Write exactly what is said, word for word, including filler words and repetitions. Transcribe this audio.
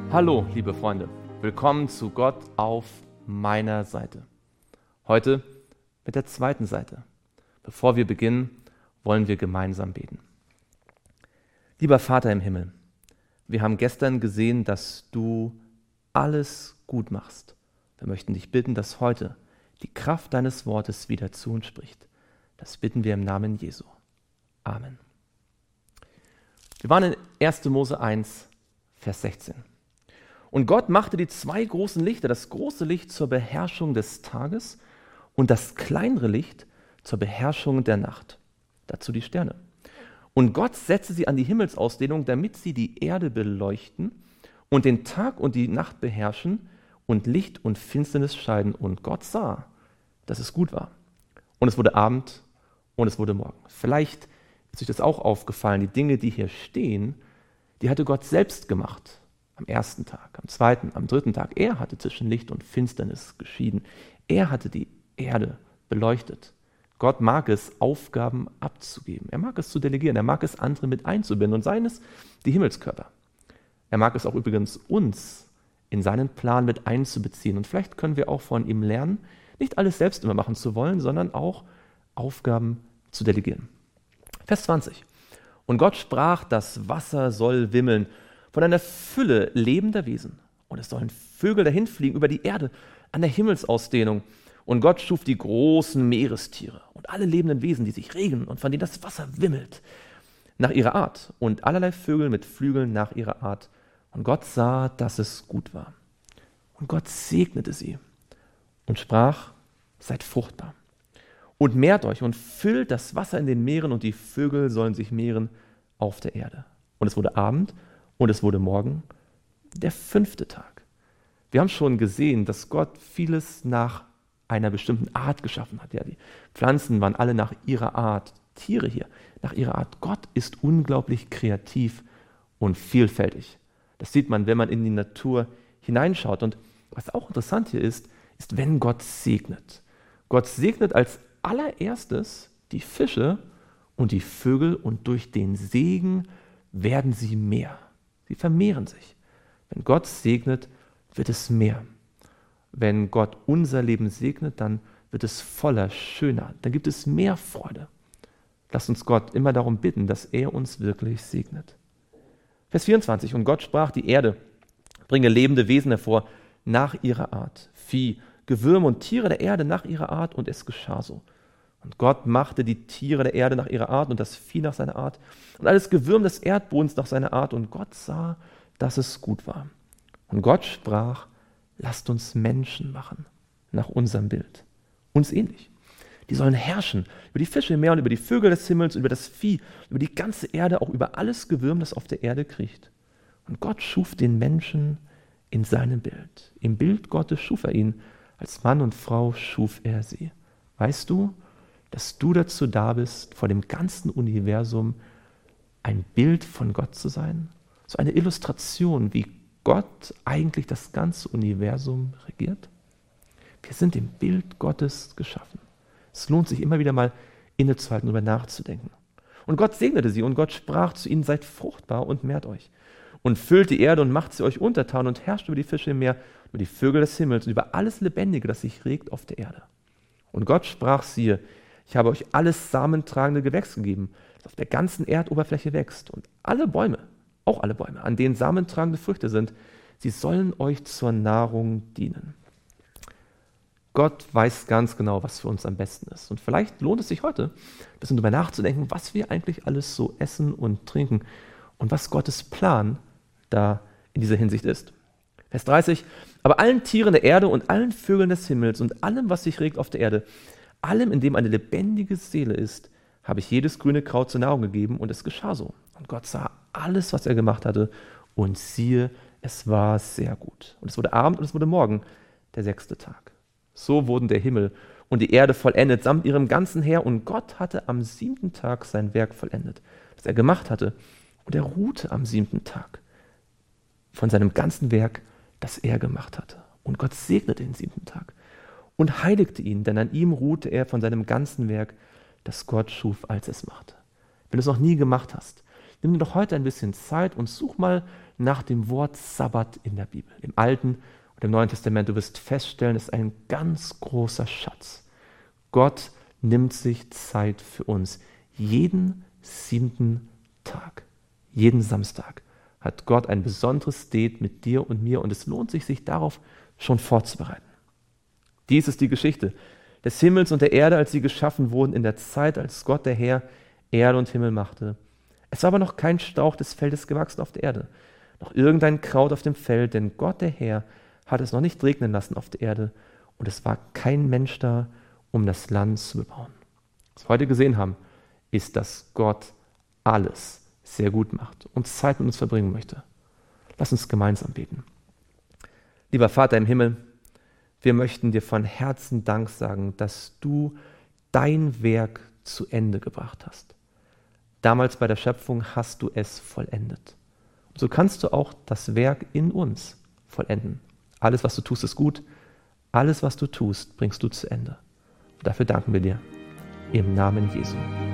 Hallo, liebe Freunde, willkommen zu Gott auf meiner Seite. Heute mit der zweiten Seite. Bevor wir beginnen, wollen wir gemeinsam beten. Lieber Vater im Himmel, wir haben gestern gesehen, dass du alles gut machst. Wir möchten dich bitten, dass heute die Kraft deines Wortes wieder zu uns spricht. Das bitten wir im Namen Jesu. Amen. Wir waren in erster Mose eins, Vers sechzehn. Und Gott machte die zwei großen Lichter, das große Licht zur Beherrschung des Tages und das kleinere Licht zur Beherrschung der Nacht. Dazu die Sterne. Und Gott setzte sie an die Himmelsausdehnung, damit sie die Erde beleuchten und den Tag und die Nacht beherrschen und Licht und Finsternis scheiden. Und Gott sah, dass es gut war. Und es wurde Abend und es wurde Morgen. Vielleicht ist euch das auch aufgefallen, die Dinge, die hier stehen, die hatte Gott selbst gemacht. Am ersten Tag, am zweiten, am dritten Tag. Er hatte zwischen Licht und Finsternis geschieden. Er hatte die Erde beleuchtet. Gott mag es, Aufgaben abzugeben. Er mag es zu delegieren. Er mag es, andere mit einzubinden. Und seien es die Himmelskörper. Er mag es auch übrigens, uns in seinen Plan mit einzubeziehen. Und vielleicht können wir auch von ihm lernen, nicht alles selbst immer machen zu wollen, sondern auch Aufgaben zu delegieren. Vers zwanzig. Und Gott sprach, das Wasser soll wimmeln von einer Fülle lebender Wesen. Und es sollen Vögel dahinfliegen über die Erde an der Himmelsausdehnung. Und Gott schuf die großen Meerestiere und alle lebenden Wesen, die sich regen und von denen das Wasser wimmelt, nach ihrer Art. Und allerlei Vögel mit Flügeln nach ihrer Art. Und Gott sah, dass es gut war. Und Gott segnete sie und sprach, seid fruchtbar. Und mehrt euch und füllt das Wasser in den Meeren und die Vögel sollen sich mehren auf der Erde. Und es wurde Abend und es wurde Morgen, der fünfte Tag. Wir haben schon gesehen, dass Gott vieles nach einer bestimmten Art geschaffen hat. Ja, die Pflanzen waren alle nach ihrer Art, Tiere hier nach ihrer Art. Gott ist unglaublich kreativ und vielfältig. Das sieht man, wenn man in die Natur hineinschaut. Und was auch interessant hier ist, ist, wenn Gott segnet. Gott segnet als allererstes die Fische und die Vögel und durch den Segen werden sie mehr. Sie vermehren sich. Wenn Gott segnet, wird es mehr. Wenn Gott unser Leben segnet, dann wird es voller, schöner. Dann gibt es mehr Freude. Lasst uns Gott immer darum bitten, dass er uns wirklich segnet. Vers vierundzwanzig. Und Gott sprach, die Erde bringe lebende Wesen hervor nach ihrer Art. Vieh, Gewürme und Tiere der Erde nach ihrer Art, und es geschah so. Und Gott machte die Tiere der Erde nach ihrer Art und das Vieh nach seiner Art und alles Gewürm des Erdbodens nach seiner Art. Und Gott sah, dass es gut war. Und Gott sprach, lasst uns Menschen machen, nach unserem Bild, uns ähnlich. Die sollen herrschen über die Fische im Meer und über die Vögel des Himmels, über das Vieh, über die ganze Erde, auch über alles Gewürm, das auf der Erde kriecht. Und Gott schuf den Menschen in seinem Bild. Im Bild Gottes schuf er ihn, als Mann und Frau schuf er sie. Weißt du, dass du dazu da bist, vor dem ganzen Universum ein Bild von Gott zu sein? So eine Illustration, wie Gott eigentlich das ganze Universum regiert? Wir sind im Bild Gottes geschaffen. Es lohnt sich immer wieder mal innezuhalten, darüber nachzudenken. Und Gott segnete sie und Gott sprach zu ihnen, seid fruchtbar und mehrt euch. Und füllt die Erde und macht sie euch untertan und herrscht über die Fische im Meer, über die Vögel des Himmels und über alles Lebendige, das sich regt auf der Erde. Und Gott sprach, siehe, ich habe euch alles samentragende Gewächs gegeben, das auf der ganzen Erdoberfläche wächst. Und alle Bäume, auch alle Bäume, an denen samentragende Früchte sind, sie sollen euch zur Nahrung dienen. Gott weiß ganz genau, was für uns am besten ist. Und vielleicht lohnt es sich heute, ein bisschen darüber nachzudenken, was wir eigentlich alles so essen und trinken und was Gottes Plan da in dieser Hinsicht ist. Vers dreißig. Aber allen Tieren der Erde und allen Vögeln des Himmels und allem, was sich regt auf der Erde, allem, in dem eine lebendige Seele ist, habe ich jedes grüne Kraut zur Nahrung gegeben, und es geschah so. Und Gott sah alles, was er gemacht hatte, und siehe, es war sehr gut. Und es wurde Abend und es wurde Morgen, der sechste Tag. So wurden der Himmel und die Erde vollendet, samt ihrem ganzen Heer, und Gott hatte am siebten Tag sein Werk vollendet, das er gemacht hatte, und er ruhte am siebten Tag von seinem ganzen Werk, das er gemacht hatte. Und Gott segnete den siebten Tag und heiligte ihn, denn an ihm ruhte er von seinem ganzen Werk, das Gott schuf, als es machte. Wenn du es noch nie gemacht hast, nimm dir doch heute ein bisschen Zeit und such mal nach dem Wort Sabbat in der Bibel. Im Alten und im Neuen Testament, du wirst feststellen, es ist ein ganz großer Schatz. Gott nimmt sich Zeit für uns. Jeden siebten Tag, jeden Samstag hat Gott ein besonderes Date mit dir und mir und es lohnt sich, sich darauf schon vorzubereiten. Dies ist die Geschichte des Himmels und der Erde, als sie geschaffen wurden, in der Zeit, als Gott der Herr Erde und Himmel machte. Es war aber noch kein Strauch des Feldes gewachsen auf der Erde, noch irgendein Kraut auf dem Feld, denn Gott der Herr hat es noch nicht regnen lassen auf der Erde und es war kein Mensch da, um das Land zu bebauen. Was wir heute gesehen haben, ist, dass Gott alles sehr gut macht und Zeit mit uns verbringen möchte. Lass uns gemeinsam beten. Lieber Vater im Himmel, wir möchten dir von Herzen Dank sagen, dass du dein Werk zu Ende gebracht hast. Damals bei der Schöpfung hast du es vollendet. Und so kannst du auch das Werk in uns vollenden. Alles, was du tust, ist gut. Alles, was du tust, bringst du zu Ende. Und dafür danken wir dir. Im Namen Jesu.